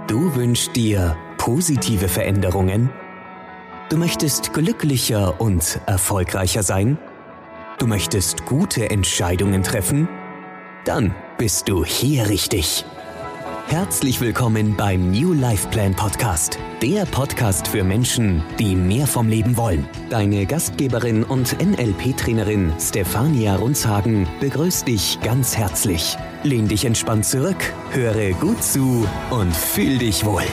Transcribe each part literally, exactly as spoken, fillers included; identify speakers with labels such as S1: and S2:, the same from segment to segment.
S1: Du wünschst dir positive Veränderungen? Du möchtest glücklicher und erfolgreicher sein? Du möchtest gute Entscheidungen treffen? Dann bist du hier richtig. Herzlich willkommen beim New Life Plan Podcast, der Podcast für Menschen, die mehr vom Leben wollen. Deine Gastgeberin und N L P-Trainerin Stefania Runzhagen begrüßt dich ganz herzlich. Lehn dich entspannt zurück, höre gut zu und fühl dich wohl.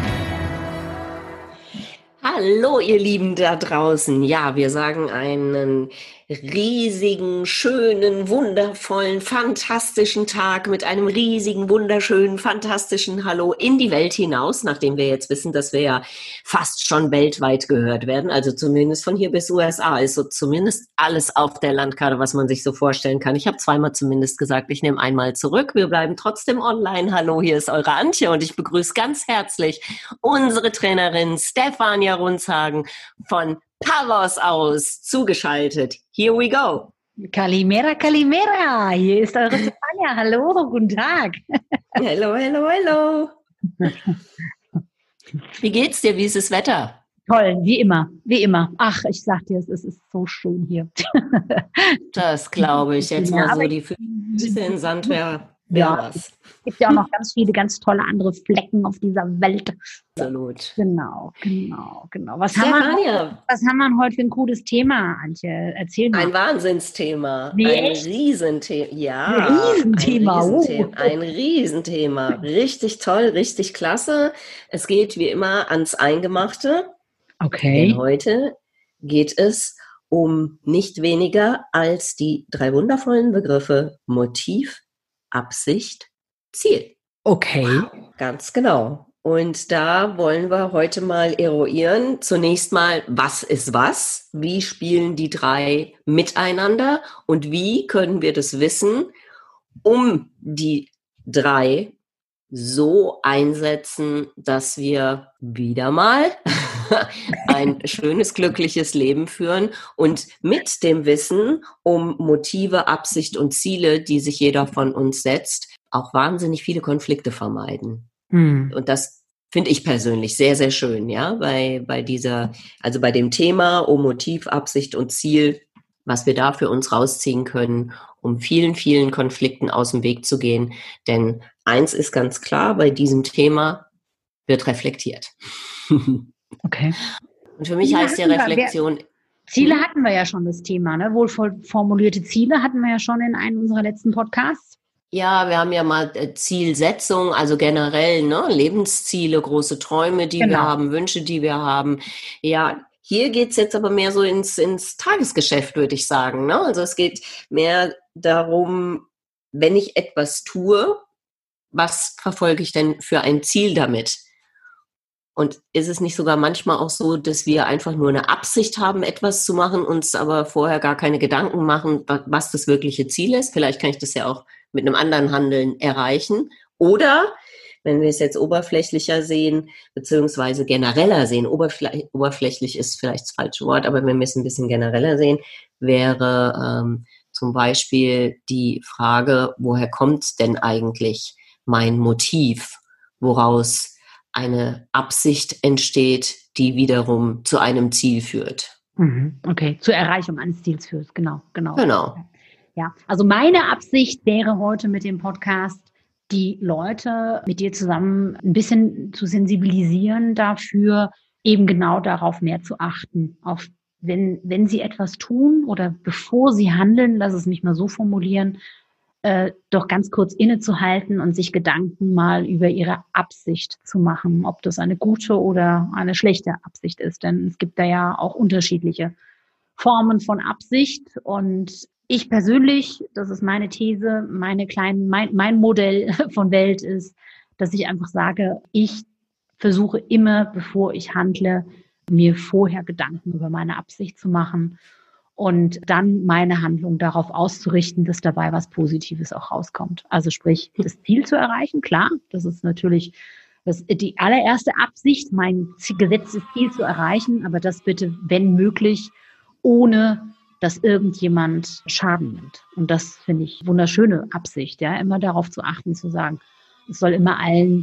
S2: Hallo ihr Lieben da draußen. Ja, wir sagen einen riesigen, schönen, wundervollen, fantastischen Tag mit einem riesigen, wunderschönen, fantastischen Hallo in die Welt hinaus, nachdem wir jetzt wissen, dass wir ja fast schon weltweit gehört werden. Also zumindest von hier bis U S A ist so zumindest alles auf der Landkarte, was man sich so vorstellen kann. Ich habe zweimal zumindest gesagt, ich nehme einmal zurück. Wir bleiben trotzdem online. Hallo, hier ist eure Antje und ich begrüße ganz herzlich unsere Trainerin Stefania Runzhagen von Pavos aus zugeschaltet. Here we go.
S3: Kalimera, Kalimera. Hier ist eure Stefania. Hallo, guten Tag.
S2: Hello, hello, hello. Wie geht's dir? Wie ist das Wetter?
S3: Toll, wie immer, wie immer. Ach, ich sag dir, es ist, es ist so schön hier.
S2: Das glaube ich. Jetzt
S3: Ja,
S2: mal so die Füße in Sand wäre wär
S3: Ja,
S2: was.
S3: es gibt ja auch noch ganz viele, ganz tolle andere Flecken auf dieser Welt.
S2: Absolut.
S3: Genau, genau, genau. Was haben, wir,
S2: Stefania,
S3: was haben wir denn heute für ein cooles Thema, Antje? Erzähl mal.
S2: ein Wahnsinnsthema.
S3: Wie,
S2: Ein
S3: echt?
S2: Riesenthema. Ja,
S3: Ein Riesenthema,
S2: Ein
S3: oh.
S2: Riesenthema. Ein Riesenthema. Richtig toll, richtig klasse. Es geht wie immer ans Eingemachte. Denn
S3: Okay.
S2: heute geht es um nicht weniger als die drei wundervollen Begriffe Motiv, Absicht, Ziel.
S3: Okay.
S2: Ganz genau. Und da wollen wir heute mal eruieren. Zunächst mal, was ist was? Wie spielen die drei miteinander? Und wie können wir das Wissen um die drei so einsetzen, dass wir wieder mal ein schönes, glückliches Leben führen und mit dem Wissen um Motive, Absicht und Ziele, die sich jeder von uns setzt, auch wahnsinnig viele Konflikte vermeiden.
S3: Hm.
S2: Und das finde ich persönlich sehr, sehr schön, ja, bei, bei dieser, also bei dem Thema um Motiv, Absicht und Ziel, was wir da für uns rausziehen können, um vielen, vielen Konflikten aus dem Weg zu gehen. Denn eins ist ganz klar, bei diesem Thema wird reflektiert.
S3: Okay.
S2: Und für mich
S3: Ziele
S2: heißt ja
S3: hatten wir.
S2: Reflexion,
S3: Ziele hatten wir ja schon, das Thema, ne? Wohl formulierte Ziele hatten wir ja schon in einem unserer letzten Podcasts.
S2: ja, wir haben ja mal äh, Zielsetzung, also generell, ne, Lebensziele, große Träume, die wir
S3: Genau.
S2: haben, Wünsche, die wir haben. Ja, hier geht's jetzt aber mehr so ins, ins Tagesgeschäft, würde ich sagen, ne? Also es geht mehr darum, wenn ich etwas tue, was verfolge ich denn für ein Ziel damit? Und ist es nicht sogar manchmal auch so, dass wir einfach nur eine Absicht haben, etwas zu machen, uns aber vorher gar keine Gedanken machen, wa- was das wirkliche Ziel ist? Vielleicht kann ich das ja auch mit einem anderen Handeln erreichen. Oder, wenn wir es jetzt oberflächlicher sehen, beziehungsweise genereller sehen, oberflä- oberflächlich ist vielleicht das falsche Wort, aber wenn wir es ein bisschen genereller sehen, wäre ähm, zum Beispiel die Frage, woher kommt denn eigentlich mein Motiv, woraus eine Absicht entsteht, die wiederum zu einem Ziel führt.
S3: Mhm. Okay, zur Erreichung eines Ziels führt, genau, genau.
S2: Genau.
S3: Ja, also meine Absicht wäre heute mit dem Podcast, die Leute mit dir zusammen ein bisschen zu sensibilisieren dafür, eben genau darauf mehr zu achten. Auf wenn, wenn sie etwas tun oder bevor sie handeln, lass es mich mal so formulieren, äh, doch ganz kurz innezuhalten und sich Gedanken mal über ihre Absicht zu machen, ob das eine gute oder eine schlechte Absicht ist. Denn es gibt da ja auch unterschiedliche Formen von Absicht. Und ich persönlich, das ist meine These, meine kleinen, mein, mein Modell von Welt ist, dass ich einfach sage, ich versuche immer, bevor ich handle, mir vorher Gedanken über meine Absicht zu machen und dann meine Handlung darauf auszurichten, dass dabei was Positives auch rauskommt. Also sprich, das Ziel zu erreichen, klar, das ist natürlich das, die allererste Absicht, mein gesetztes Ziel zu erreichen, aber das bitte, wenn möglich, ohne dass irgendjemand Schaden nimmt. Und das finde ich wunderschöne Absicht, ja, immer darauf zu achten, zu sagen, es soll immer allen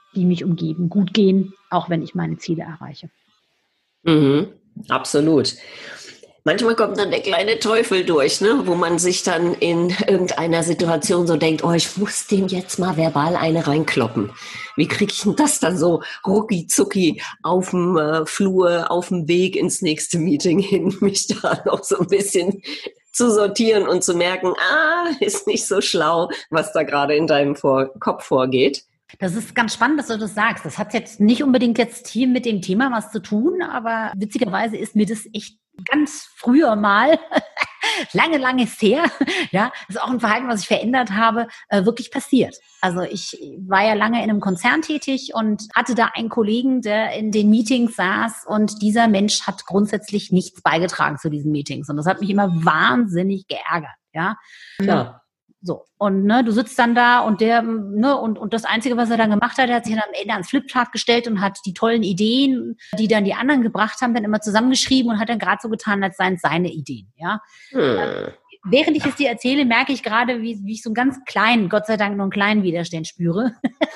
S3: die mich umgeben, gut gehen, auch wenn ich meine Ziele erreiche.
S2: Mhm, absolut. Manchmal kommt dann der kleine Teufel durch, ne? Wo man sich dann in irgendeiner Situation so denkt, oh, ich muss dem jetzt mal verbal eine reinkloppen. Wie kriege ich denn das dann so rucki zucki auf dem äh, Flur, auf dem Weg ins nächste Meeting hin, mich da noch so ein bisschen zu sortieren und zu merken, ah, ist nicht so schlau, was da gerade in deinem Vor- Kopf vorgeht.
S3: Das ist ganz spannend, dass du das sagst. Das hat jetzt nicht unbedingt jetzt hier mit dem Thema was zu tun, aber witzigerweise ist mir das echt ganz früher mal, lange, lange ist her, ja, das ist auch ein Verhalten, was ich verändert habe, äh, wirklich passiert. Also ich war ja lange in einem Konzern tätig und hatte da einen Kollegen, der in den Meetings saß und dieser Mensch hat grundsätzlich nichts beigetragen zu diesen Meetings und das hat mich immer wahnsinnig geärgert, ja.
S2: Klar.
S3: So, und ne, du sitzt dann da und der, ne, und, und das Einzige, was er dann gemacht hat, er hat sich dann am Ende ans Flipchart gestellt und hat die tollen Ideen, die dann die anderen gebracht haben, dann immer zusammengeschrieben und hat dann gerade so getan, als seien es seine Ideen, ja. Hm. Während ich es dir erzähle, merke ich gerade, wie, wie ich so einen ganz kleinen, Gott sei Dank nur einen kleinen Widerstand spüre.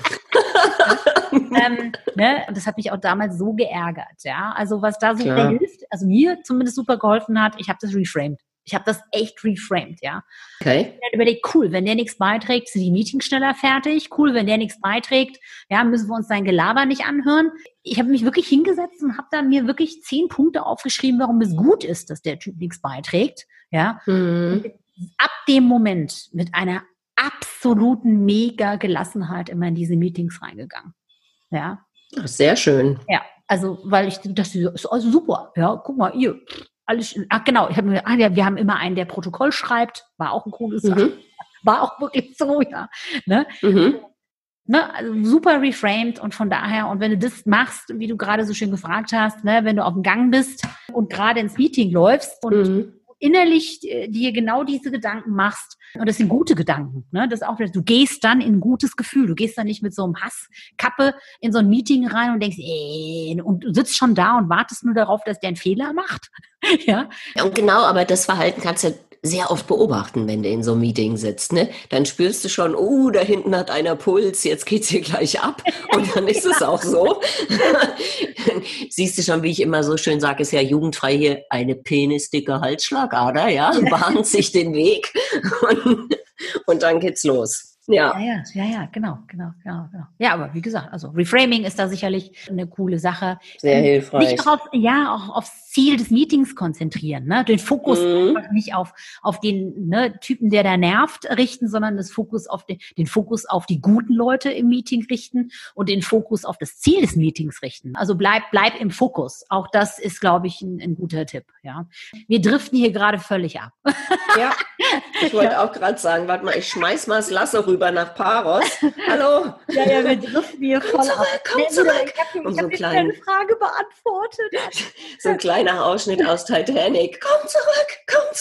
S3: ähm, ne? Und das hat mich auch damals so geärgert, ja. Also was da so hilft, also mir zumindest super geholfen hat, ich habe das reframed. Ich habe das echt reframed, ja.
S2: Okay.
S3: Ich habe überlegt, cool, wenn der nichts beiträgt, sind die Meetings schneller fertig. Cool, wenn der nichts beiträgt, ja, müssen wir uns sein Gelaber nicht anhören. Ich habe mich wirklich hingesetzt und habe dann mir wirklich zehn Punkte aufgeschrieben, warum es gut ist, dass der Typ nichts beiträgt, ja. Mhm. Ab dem Moment mit einer absoluten mega Gelassenheit immer in diese Meetings reingegangen, ja.
S2: Ach, sehr schön.
S3: Ja, also, weil ich dachte, ist also super, ja, guck mal, ihr... Alles, ach genau, ich hab mir, ah, ja, wir haben immer einen, der Protokoll schreibt, war auch ein cooles Sache. Mhm. War auch wirklich so, ja. Ne? Mhm. Ne? Also super reframed und von daher, und wenn du das machst, wie du gerade so schön gefragt hast, ne, wenn du auf dem Gang bist und gerade ins Meeting läufst und mhm. innerlich äh, dir genau diese Gedanken machst, und das sind gute Gedanken, ne? Das ist auch, du gehst dann in ein gutes Gefühl, du gehst dann nicht mit so einem Hasskappe in so ein Meeting rein und denkst, ey, und du sitzt schon da und wartest nur darauf, dass der einen Fehler macht, ja.
S2: Und genau, aber das Verhalten kannst du sehr oft beobachten, wenn du in so einem Meeting sitzt, ne? Dann spürst du schon, oh, da hinten hat einer Puls, jetzt geht's hier gleich ab. Und dann ist es auch so. Siehst du schon, wie ich immer so schön sage, ist ja jugendfrei hier, eine penisdicke Halsschlagader, ja, bahnt sich den Weg und, und dann geht's los. Ja.
S3: Ja, ja, ja, ja, genau, genau, genau, genau. Ja, aber wie gesagt, also Reframing ist da sicherlich eine coole Sache.
S2: Sehr ähm, hilfreich.
S3: Nicht darauf, ja, auch aufs Ziel des Meetings konzentrieren, ne? Den Fokus mhm. einfach nicht auf, auf den ne, Typen, der da nervt, richten, sondern das Fokus auf den, den Fokus auf die guten Leute im Meeting richten und den Fokus auf das Ziel des Meetings richten. Also bleib, bleib im Fokus. Auch das ist, glaube ich, ein, ein guter Tipp, ja. Wir driften hier gerade völlig ab.
S2: Ja, ich wollte ja. auch gerade sagen, warte mal, ich schmeiß mal das Lasso rüber nach Paros. Hallo.
S3: Ja, ja, wir driften hier voll
S2: komm zurück, ab. Komm zurück.
S3: Ich habe hab so eine Frage beantwortet.
S2: So ein kleiner Ausschnitt aus Titanic. Komm zurück, komm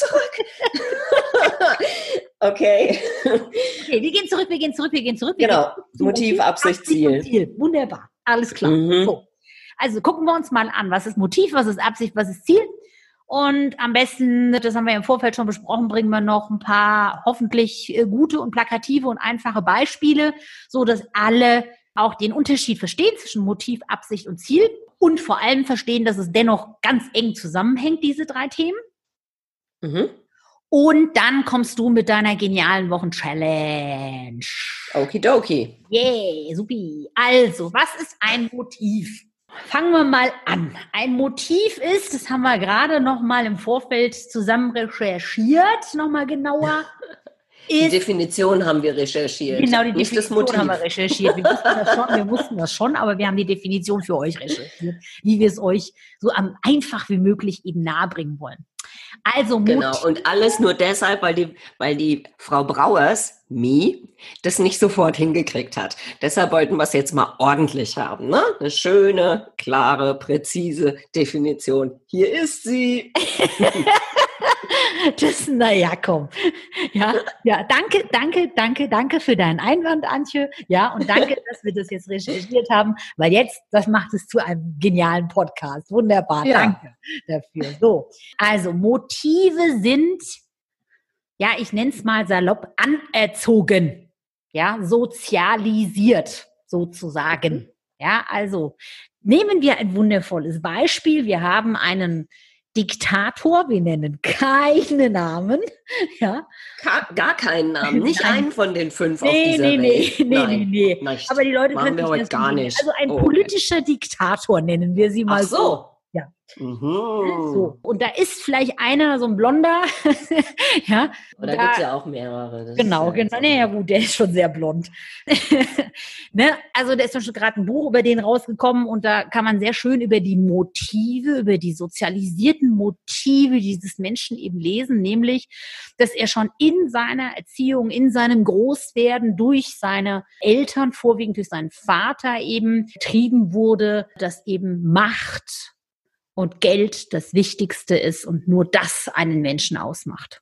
S2: zurück. Okay.
S3: Okay, wir gehen zurück, wir gehen zurück, wir gehen zurück. Wir
S2: genau,
S3: gehen
S2: Motiv, Absicht, Ziel.
S3: Ziel. Wunderbar, alles klar. Mhm. So. Also gucken wir uns mal an, was ist Motiv, was ist Absicht, was ist Ziel? Und am besten, das haben wir im Vorfeld schon besprochen, bringen wir noch ein paar hoffentlich gute und plakative und einfache Beispiele, so dass alle auch den Unterschied verstehen zwischen Motiv, Absicht und Ziel und vor allem verstehen, dass es dennoch ganz eng zusammenhängt, diese drei Themen. Mhm. Und dann kommst du mit deiner genialen Wochen-Challenge.
S2: Okidoki.
S3: Yeah, supi. Also, was ist ein Motiv? Fangen wir mal an. Ein Motiv ist, das haben wir gerade noch mal im Vorfeld zusammen recherchiert, noch mal genauer.
S2: Die Definition haben wir recherchiert.
S3: Genau, die
S2: nicht
S3: Definition
S2: das Motiv.
S3: haben wir recherchiert. Wir wussten das schon, wir wussten das schon, aber wir haben die Definition für euch recherchiert, wie wir es euch so am einfach wie möglich eben nahebringen wollen. Also Motiv.
S2: Genau, und alles nur deshalb, weil die, weil die Frau Brauers, Mi, das nicht sofort hingekriegt hat. Deshalb wollten wir es jetzt mal ordentlich haben, ne? Eine schöne, klare, präzise Definition. Hier ist sie.
S3: Das, naja, komm. Ja, ja, danke, danke, danke, danke für deinen Einwand, Antje. Ja, und danke, dass wir das jetzt recherchiert haben, weil jetzt, das macht es zu einem genialen Podcast. Wunderbar, ja. Danke dafür. So, also Motive sind, ja, ich nenne es mal salopp, anerzogen, ja, sozialisiert sozusagen. Ja, also nehmen wir ein wundervolles Beispiel. Wir haben einen Diktator, wir nennen keine Namen, ja.
S2: Gar keinen Namen, nicht
S3: Nein.
S2: einen von den fünf
S3: Nee,
S2: auf dieser
S3: nee, nee,
S2: Welt.
S3: nee,
S2: Nein,
S3: nee, nee.
S2: nicht.
S3: Aber die Leute
S2: Machen
S3: können
S2: wir
S3: sich
S2: heute
S3: das
S2: gar
S3: nicht.
S2: nicht.
S3: Also ein
S2: Oh,
S3: politischer Diktator nennen wir sie mal
S2: Ach so.
S3: Ja.
S2: Mhm.
S3: So. Und da ist vielleicht einer, so ein Blonder, ja.
S2: Aber da, da gibt es ja auch mehrere. Das
S3: Genau,
S2: ist ja
S3: genau. Nee, ja gut, der ist schon sehr blond. Ne? Also da ist schon gerade ein Buch über den rausgekommen und da kann man sehr schön über die Motive, über die sozialisierten Motive dieses Menschen eben lesen, nämlich, dass er schon in seiner Erziehung, in seinem Großwerden durch seine Eltern, vorwiegend durch seinen Vater eben, getrieben wurde, dass eben Macht und Geld das Wichtigste ist und nur das einen Menschen ausmacht.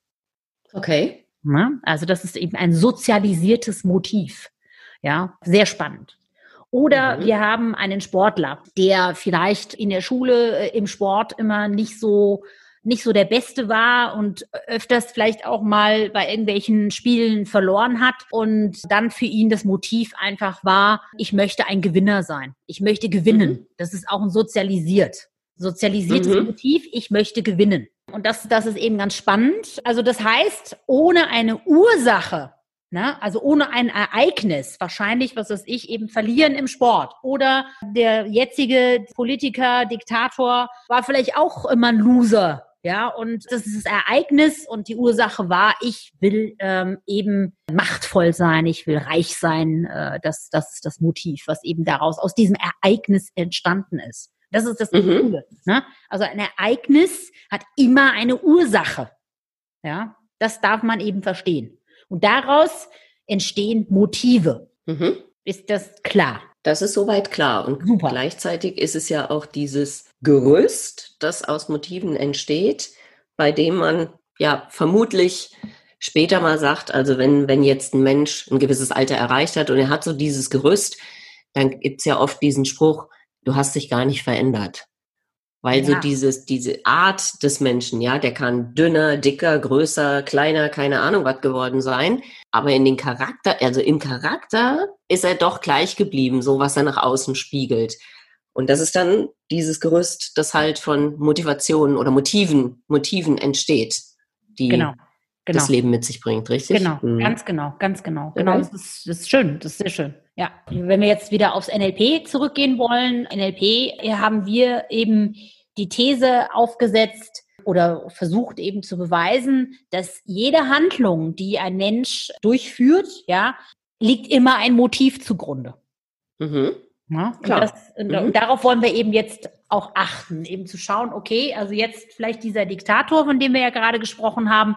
S2: Okay.
S3: Also das ist eben ein sozialisiertes Motiv. Ja, sehr spannend. Oder mhm. wir haben einen Sportler, der vielleicht in der Schule, im Sport immer nicht so nicht so der Beste war und öfters vielleicht auch mal bei irgendwelchen Spielen verloren hat und dann für ihn das Motiv einfach war, ich möchte ein Gewinner sein. Ich möchte gewinnen. Mhm. Das ist auch ein sozialisiert. Sozialisiertes mhm. Motiv, ich möchte gewinnen. Und das, das ist eben ganz spannend. Also das heißt, ohne eine Ursache, ne, also ohne ein Ereignis, wahrscheinlich, was weiß ich, eben verlieren im Sport. Oder der jetzige Politiker, Diktator war vielleicht auch immer ein Loser. Ja, und das ist das Ereignis und die Ursache war, ich will ähm, eben machtvoll sein, ich will reich sein. Äh, das, das ist das Motiv, was eben daraus, aus diesem Ereignis entstanden ist. Das ist das mhm. Coole. Ne? Also ein Ereignis hat immer eine Ursache. Ja, das darf man eben verstehen. Und daraus entstehen Motive. Mhm. Ist das klar?
S2: Das ist soweit klar. Und
S3: Super.
S2: Gleichzeitig ist es ja auch dieses Gerüst, das aus Motiven entsteht, bei dem man ja vermutlich später mal sagt, also wenn, wenn jetzt ein Mensch ein gewisses Alter erreicht hat und er hat so dieses Gerüst, dann gibt's ja oft diesen Spruch, du hast dich gar nicht verändert. Weil ja. so dieses, diese Art des Menschen, ja, der kann dünner, dicker, größer, kleiner, keine Ahnung was geworden sein. Aber in den Charakter, also im Charakter ist er doch gleich geblieben, so was er nach außen spiegelt. Und das ist dann dieses Gerüst, das halt von Motivationen oder Motiven, Motiven entsteht, die
S3: genau. Genau.
S2: das Leben mit sich bringt, richtig?
S3: Genau, mhm. ganz genau, ganz genau. Genau, okay. das, ist, das ist schön, das ist sehr schön. Ja, wenn wir jetzt wieder aufs N L P zurückgehen wollen, N L P haben wir eben die These aufgesetzt oder versucht eben zu beweisen, dass jede Handlung, die ein Mensch durchführt, ja, liegt immer ein Motiv zugrunde. Mhm. Ja, und, das, und, mhm. und darauf wollen wir eben jetzt auch achten, eben zu schauen, okay, also jetzt vielleicht dieser Diktator, von dem wir ja gerade gesprochen haben,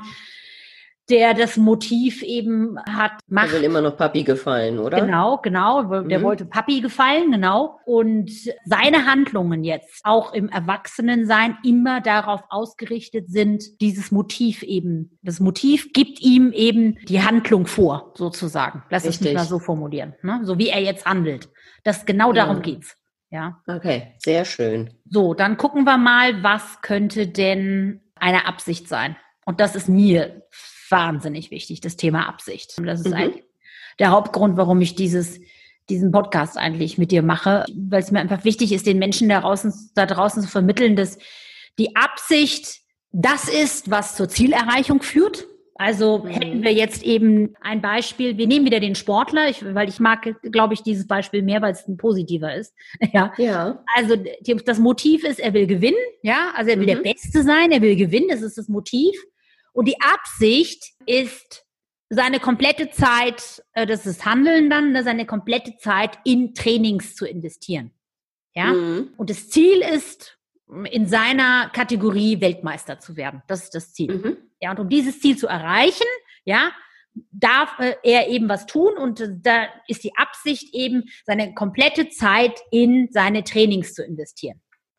S3: der das Motiv eben hat, Macht.
S2: Der will immer noch Papi gefallen, oder?
S3: Genau, genau. Der mhm. wollte Papi gefallen, genau. Und seine Handlungen jetzt auch im Erwachsenensein immer darauf ausgerichtet sind, dieses Motiv eben. Das Motiv gibt ihm eben die Handlung vor, sozusagen. Lass es mich mal so formulieren, ne? So wie er jetzt handelt. Das genau darum ja. geht's. Ja.
S2: Okay, sehr schön.
S3: So, dann gucken wir mal, was könnte denn eine Absicht sein? Und das ist mir wahnsinnig wichtig, das Thema Absicht. Und das ist mhm. eigentlich der Hauptgrund, warum ich dieses, diesen Podcast eigentlich mit dir mache, weil es mir einfach wichtig ist, den Menschen da draußen, da draußen zu vermitteln, dass die Absicht das ist, was zur Zielerreichung führt. Also mhm. hätten wir jetzt eben ein Beispiel, wir nehmen wieder den Sportler, ich, weil ich mag, glaube ich, dieses Beispiel mehr, weil es ein positiver ist. Ja.
S2: ja.
S3: Also die, das Motiv ist, er will gewinnen, ja, also er will mhm. der Beste sein, er will gewinnen, das ist das Motiv. Und die Absicht ist, seine komplette Zeit, das ist Handeln dann, seine komplette Zeit in Trainings zu investieren. Ja. Mhm. Und das Ziel ist, in seiner Kategorie Weltmeister zu werden. Das ist das Ziel. Mhm. Ja, und um dieses Ziel zu erreichen, ja, darf er eben was tun und da ist die Absicht eben, seine komplette Zeit in seine Trainings zu investieren.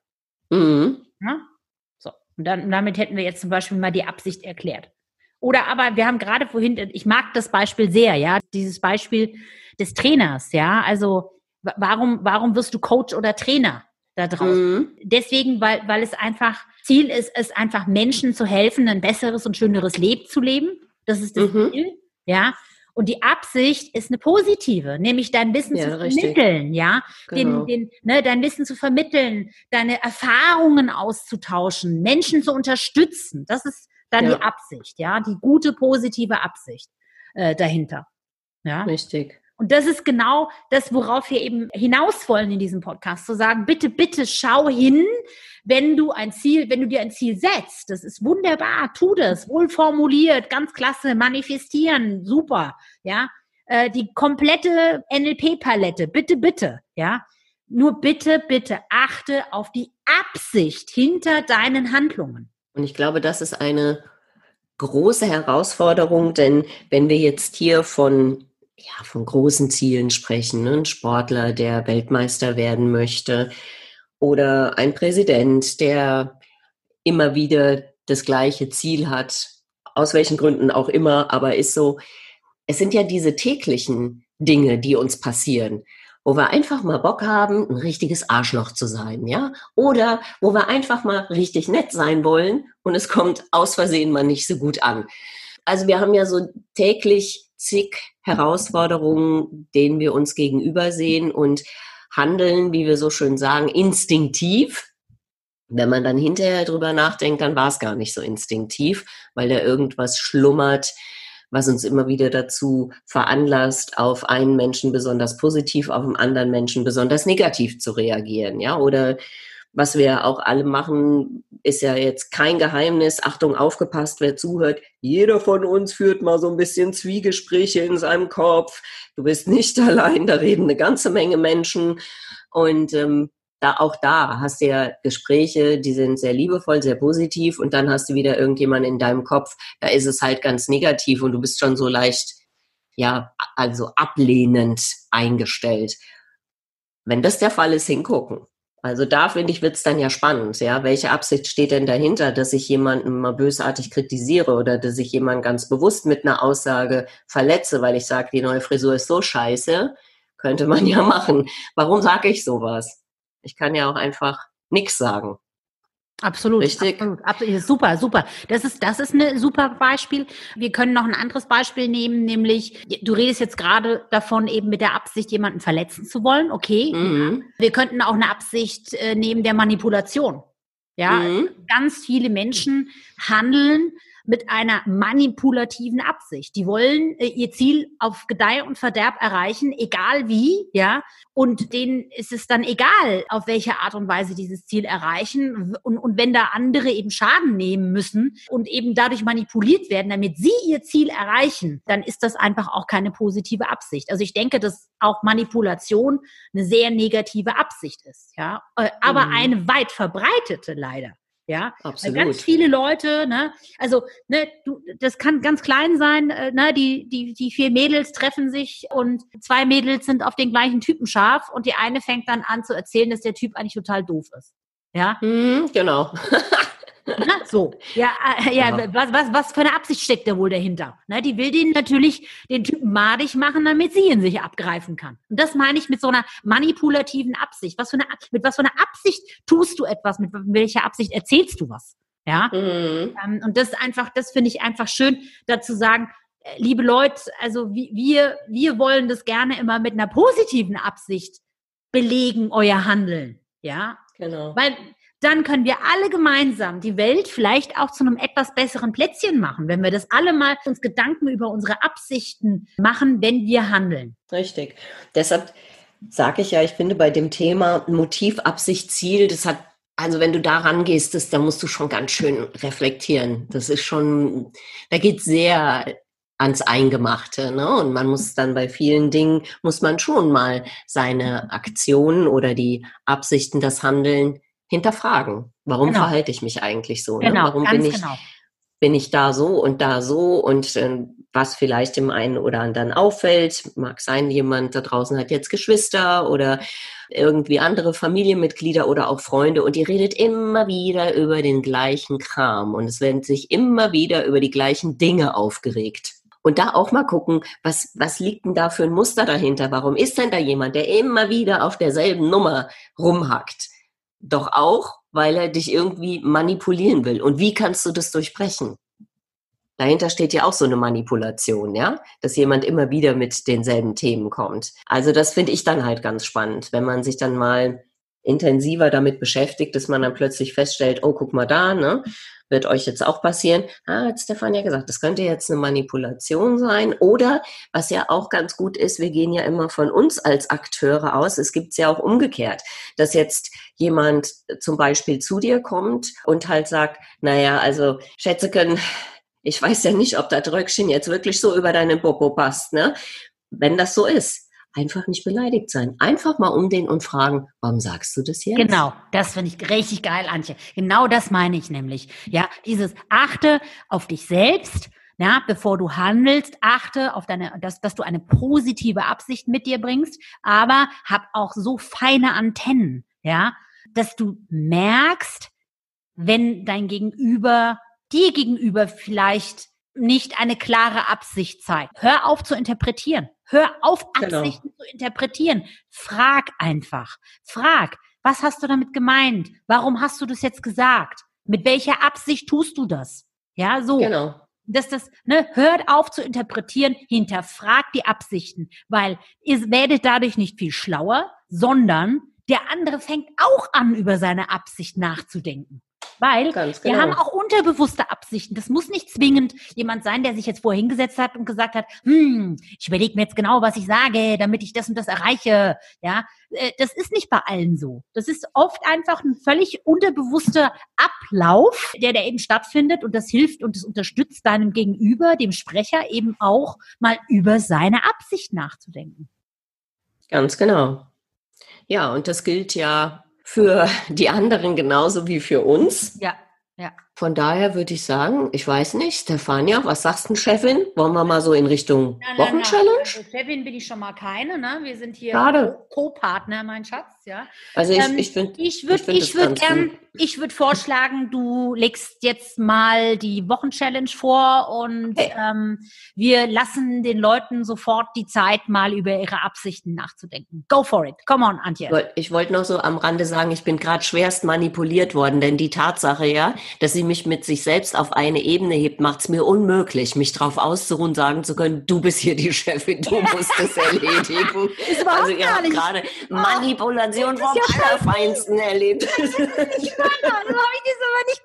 S2: Mhm.
S3: Ja? So. Und dann, damit hätten wir jetzt zum Beispiel mal die Absicht erklärt. Oder aber wir haben gerade vorhin, ich mag das Beispiel sehr, ja, dieses Beispiel des Trainers, ja, also warum, warum wirst du Coach oder Trainer da draußen? Mhm. Deswegen, weil, weil es einfach, Ziel ist, es einfach Menschen zu helfen, ein besseres und schöneres Leben zu leben. Das ist das mhm. Ziel, ja. Und die Absicht ist eine positive, nämlich dein Wissen
S2: Ja,
S3: zu
S2: richtig.
S3: vermitteln, ja,
S2: Genau.
S3: den, den, ne, dein Wissen zu vermitteln, deine Erfahrungen auszutauschen, Menschen zu unterstützen. Das ist dann die
S2: Ja,
S3: Absicht, ja, die gute, positive Absicht äh, dahinter, ja.
S2: richtig.
S3: Und das ist genau das, worauf wir eben hinaus wollen in diesem Podcast, zu sagen, bitte, bitte schau hin, wenn du ein Ziel, wenn du dir ein Ziel setzt. Das ist wunderbar, tu das, wohl formuliert, ganz klasse, manifestieren, super, ja. Äh, die komplette N L P-Palette, bitte, bitte, ja. Nur bitte, bitte achte auf die Absicht hinter deinen Handlungen.
S2: Und ich glaube, das ist eine große Herausforderung, denn wenn wir jetzt hier von ja, von großen Zielen sprechen, ne? Ein Sportler, der Weltmeister werden möchte oder ein Präsident, der immer wieder das gleiche Ziel hat, aus welchen Gründen auch immer, aber ist so, es sind ja diese täglichen Dinge, die uns passieren, wo wir einfach mal Bock haben, ein richtiges Arschloch zu sein, ja? Oder wo wir einfach mal richtig nett sein wollen und es kommt aus Versehen mal nicht so gut an. Also wir haben ja so täglich zig Herausforderungen, denen wir uns gegenüber sehen und handeln, wie wir so schön sagen, instinktiv. Wenn man dann hinterher drüber nachdenkt, dann war es gar nicht so instinktiv, weil da irgendwas schlummert, was uns immer wieder dazu veranlasst, auf einen Menschen besonders positiv, auf einen anderen Menschen besonders negativ zu reagieren, ja, oder was wir auch alle machen, ist ja jetzt kein Geheimnis. Achtung, aufgepasst, wer zuhört. Jeder von uns führt mal so ein bisschen Zwiegespräche in seinem Kopf. Du bist nicht allein, da reden eine ganze Menge Menschen. Und ähm, da auch da hast du ja Gespräche, die sind sehr liebevoll, sehr positiv. Und dann hast du wieder irgendjemanden in deinem Kopf, da ist es halt ganz negativ und du bist schon so leicht, ja, also ablehnend eingestellt. Wenn das der Fall ist, hingucken. Also da, finde ich, wird's dann ja spannend, ja. Welche Absicht steht denn dahinter, dass ich jemanden mal bösartig kritisiere oder dass ich jemanden ganz bewusst mit einer Aussage verletze, weil ich sage, die neue Frisur ist so scheiße, könnte man ja machen. Warum sage ich sowas? Ich kann ja auch einfach nichts sagen.
S3: Absolut,
S2: Richtig?
S3: absolut, absolut, super, super. Das ist, das ist ein super Beispiel. Wir können noch ein anderes Beispiel nehmen, nämlich, du redest jetzt gerade davon, eben mit der Absicht, jemanden verletzen zu wollen. Okay.
S2: Mhm.
S3: Wir könnten auch eine Absicht äh, nehmen der Manipulation. Ja,
S2: Mhm.
S3: ganz viele Menschen handeln mit einer manipulativen Absicht. Die wollen äh, ihr Ziel auf Gedeih und Verderb erreichen, egal wie, ja. Und denen ist es dann egal, auf welche Art und Weise dieses Ziel erreichen. Und, und wenn da andere eben Schaden nehmen müssen und eben dadurch manipuliert werden, damit sie ihr Ziel erreichen, dann ist das einfach auch keine positive Absicht. Also ich denke, dass auch Manipulation eine sehr negative Absicht ist, ja. Äh, aber
S2: Mhm.
S3: eine weit verbreitete leider. Ja,
S2: Absolut.
S3: Weil ganz viele Leute, ne, also, ne, du, das kann ganz klein sein, äh, ne, die, die, die vier Mädels treffen sich und zwei Mädels sind auf den gleichen Typen scharf und die eine fängt dann an zu erzählen, dass der Typ eigentlich total doof ist. Ja,
S2: Mhm, genau.
S3: Na, so. Ja, äh, ja,
S2: Ja.
S3: was, was, was für eine Absicht steckt da wohl dahinter? Ne, die will den natürlich den Typen madig machen, damit sie ihn sich abgreifen kann. Und das meine ich mit so einer manipulativen Absicht. Was für eine, mit was für einer Absicht tust du etwas? Mit welcher Absicht erzählst du was? Ja.
S2: Mhm.
S3: Ähm, und das ist einfach, das finde ich einfach schön, dazu sagen, äh, liebe Leute, also wie, wir, wir wollen das gerne immer mit einer positiven Absicht belegen, euer Handeln. Ja.
S2: Genau.
S3: Weil dann können wir alle gemeinsam die Welt vielleicht auch zu einem etwas besseren Plätzchen machen, wenn wir das alle mal uns Gedanken über unsere Absichten machen, wenn wir handeln.
S2: Richtig. Deshalb sage ich ja, ich finde bei dem Thema Motiv, Absicht, Ziel, das hat, also wenn du da rangehst, das, da musst du schon ganz schön reflektieren. Das ist schon, da geht sehr ans Eingemachte, ne? Und man muss dann bei vielen Dingen, muss man schon mal seine Aktionen oder die Absichten, das Handeln hinterfragen. Warum
S3: Genau.
S2: verhalte ich mich eigentlich so? Ne?
S3: Genau,
S2: Warum
S3: ganz
S2: bin ich,
S3: genau.
S2: bin ich da so und da so und äh, was vielleicht dem einen oder anderen auffällt, mag sein, jemand da draußen hat jetzt Geschwister oder irgendwie andere Familienmitglieder oder auch Freunde und die redet immer wieder über den gleichen Kram und es werden sich immer wieder über die gleichen Dinge aufgeregt. Und da auch mal gucken, was, was liegt denn da für ein Muster dahinter? Warum ist denn da jemand, der immer wieder auf derselben Nummer rumhackt? Doch auch, weil er dich irgendwie manipulieren will. Und wie kannst du das durchbrechen? dahinter steht ja auch so eine Manipulation, ja, dass jemand immer wieder mit denselben Themen kommt. Also das finde ich dann halt ganz spannend, wenn man sich dann mal intensiver damit beschäftigt, dass man dann plötzlich feststellt, oh, guck mal da, ne, wird euch jetzt auch passieren. Ah, hat Stefan ja gesagt, das könnte jetzt eine Manipulation sein. Oder, was ja auch ganz gut ist, wir gehen ja immer von uns als Akteure aus. Es gibt's ja auch umgekehrt, dass jetzt jemand zum Beispiel zu dir kommt und halt sagt, naja, also Schätzeken, ich weiß ja nicht, ob das Röckchen jetzt wirklich so über deinen Popo passt, ne? Wenn das so ist, einfach nicht beleidigt sein. Einfach mal umdrehen und fragen, warum sagst du das jetzt?
S3: Genau, das finde ich richtig geil, Antje. Genau das meine ich nämlich. Ja, dieses achte auf dich selbst, ja, bevor du handelst, achte auf deine, dass, dass du eine positive Absicht mit dir bringst, aber hab auch so feine Antennen, ja, dass du merkst, wenn dein Gegenüber dir gegenüber vielleicht nicht eine klare Absicht zeigt. Hör auf zu interpretieren. Hör auf, Absichten genau. zu interpretieren. Frag einfach. Frag, was hast du damit gemeint? Warum hast du das jetzt gesagt? Mit welcher Absicht tust du das? Ja, so. Genau. Dass das, ne, hört auf zu interpretieren, hinterfragt die Absichten, weil ihr werdet dadurch nicht viel schlauer, sondern der andere fängt auch an, über seine Absicht nachzudenken. Weil genau. wir haben auch unterbewusste Absichten. Das muss nicht zwingend jemand sein, der sich jetzt vorher hingesetzt hat und gesagt hat, hm, ich überlege mir jetzt genau, was ich sage, damit ich das und das erreiche. Ja, das ist nicht bei allen so. Das ist oft einfach ein völlig unterbewusster Ablauf, der da eben stattfindet, und das hilft und das unterstützt deinem Gegenüber, dem Sprecher, eben auch mal über seine Absicht nachzudenken.
S2: Ganz genau. Ja, und das gilt ja für die anderen genauso wie für uns.
S3: Ja, ja.
S2: Von daher würde ich sagen, ich weiß nicht, Stefania, was sagst du, Chefin? Wollen wir mal so in Richtung Wochenchallenge?
S3: Also Chefin bin ich schon mal keine, ne? Wir sind hier
S2: Schade.
S3: Co-Partner, mein Schatz, ja.
S2: Also ich,
S3: ähm,
S2: ich finde,
S3: ich würde, ich, ich würde gern, ich würde vorschlagen, du legst jetzt mal die Wochenchallenge vor und hey. ähm, wir lassen den Leuten sofort die Zeit, mal über ihre Absichten nachzudenken. Go for it. Come on, Antje.
S2: Ich wollte noch so am Rande sagen, ich bin gerade schwerst manipuliert worden, denn die Tatsache, ja, dass sie mich mit sich selbst auf eine Ebene hebt, macht es mir unmöglich, mich drauf auszuruhen, sagen zu können, du bist hier die Chefin, du musst das erledigen.
S3: Also
S2: ihr habt gerade Manipulation vom
S3: ja
S2: Allerfeinsten erlebt.
S3: Ich meine, so habe ich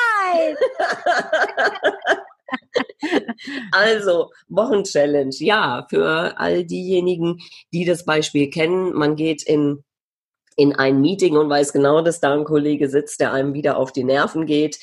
S3: das aber nicht gemeint.
S2: Also, Wochenchallenge, ja, für all diejenigen, die das Beispiel kennen, man geht in in ein Meeting und weiß genau, dass da ein Kollege sitzt, der einem wieder auf die Nerven geht,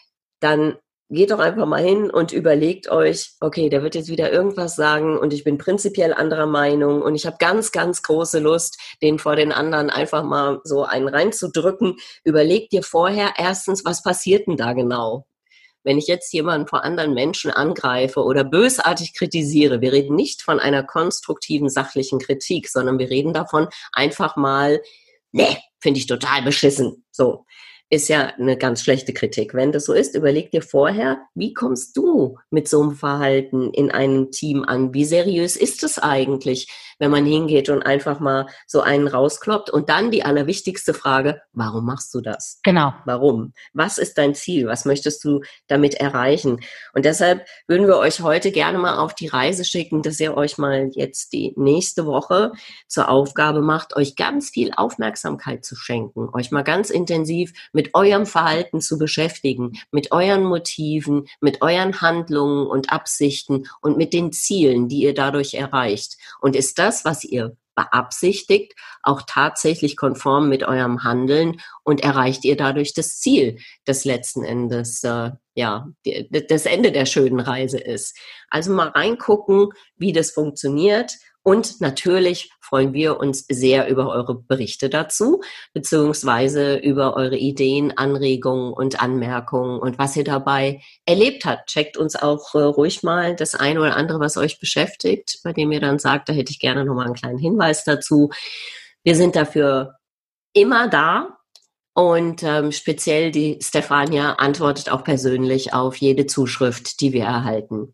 S2: dann geht doch einfach mal hin und überlegt euch, okay, der wird jetzt wieder irgendwas sagen und ich bin prinzipiell anderer Meinung und ich habe ganz, ganz große Lust, den vor den anderen einfach mal so einen reinzudrücken. Überleg dir vorher erstens, was passiert denn da genau? Wenn ich jetzt jemanden vor anderen Menschen angreife oder bösartig kritisiere, wir reden nicht von einer konstruktiven, sachlichen Kritik, sondern wir reden davon einfach mal, nee, finde ich total beschissen. So, ist ja eine ganz schlechte Kritik. Wenn das so ist, überleg dir vorher, wie kommst du mit so einem Verhalten in einem Team an? Wie seriös ist es eigentlich, wenn man hingeht und einfach mal so einen rauskloppt? Und dann die allerwichtigste Frage, warum machst du das?
S3: Genau.
S2: Warum? Was ist dein Ziel? Was möchtest du damit erreichen? Und deshalb würden wir euch heute gerne mal auf die Reise schicken, dass ihr euch mal jetzt die nächste Woche zur Aufgabe macht, euch ganz viel Aufmerksamkeit zu schenken, euch mal ganz intensiv mit eurem Verhalten zu beschäftigen, mit euren Motiven, mit euren Handlungen und Absichten und mit den Zielen, die ihr dadurch erreicht. Und ist das, was ihr beabsichtigt, auch tatsächlich konform mit eurem Handeln und erreicht ihr dadurch das Ziel, das letzten Endes äh, ja die, das Ende der schönen Reise ist. Also mal reingucken, wie das funktioniert. Und natürlich freuen wir uns sehr über eure Berichte dazu, beziehungsweise über eure Ideen, Anregungen und Anmerkungen und was ihr dabei erlebt habt. Checkt uns auch äh, ruhig mal das eine oder andere, was euch beschäftigt, bei dem ihr dann sagt, da hätte ich gerne nochmal einen kleinen Hinweis dazu. Wir sind dafür immer da und ähm, speziell die Stefania antwortet auch persönlich auf jede Zuschrift, die wir erhalten.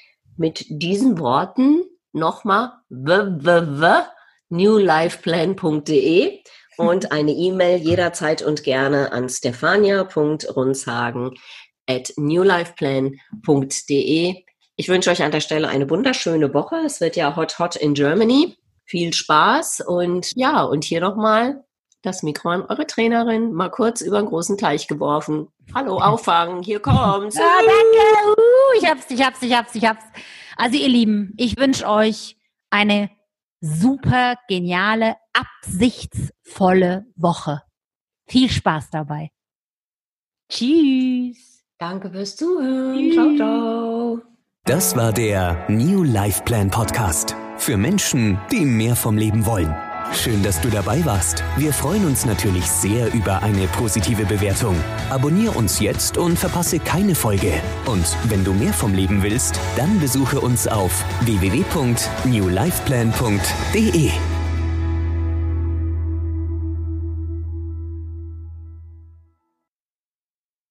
S2: Mit diesen Worten nochmal w w w punkt new life plan punkt d e und eine E-Mail jederzeit und gerne an stefania punkt runzhagen at newlifeplan punkt de. Ich wünsche euch an der Stelle eine wunderschöne Woche. Es wird ja hot, hot in Germany. Viel Spaß und ja, und hier nochmal das Mikro an eure Trainerin, mal kurz über einen großen Teich geworfen. Hallo, auffangen, hier kommt's.
S3: Ja, danke. Uh, ich hab's, ich hab's, ich hab's, ich hab's. Also ihr Lieben, ich wünsche euch eine super geniale, absichtsvolle Woche. Viel Spaß dabei. Tschüss.
S2: Danke fürs Zuhören. Tschüss. Ciao, ciao.
S1: Das war der New Life Plan Podcast. Für Menschen, die mehr vom Leben wollen. Schön, dass du dabei warst. Wir freuen uns natürlich sehr über eine positive Bewertung. Abonnier uns jetzt und verpasse keine Folge. Und wenn du mehr vom Leben willst, dann besuche uns auf w w w punkt new life plan punkt de.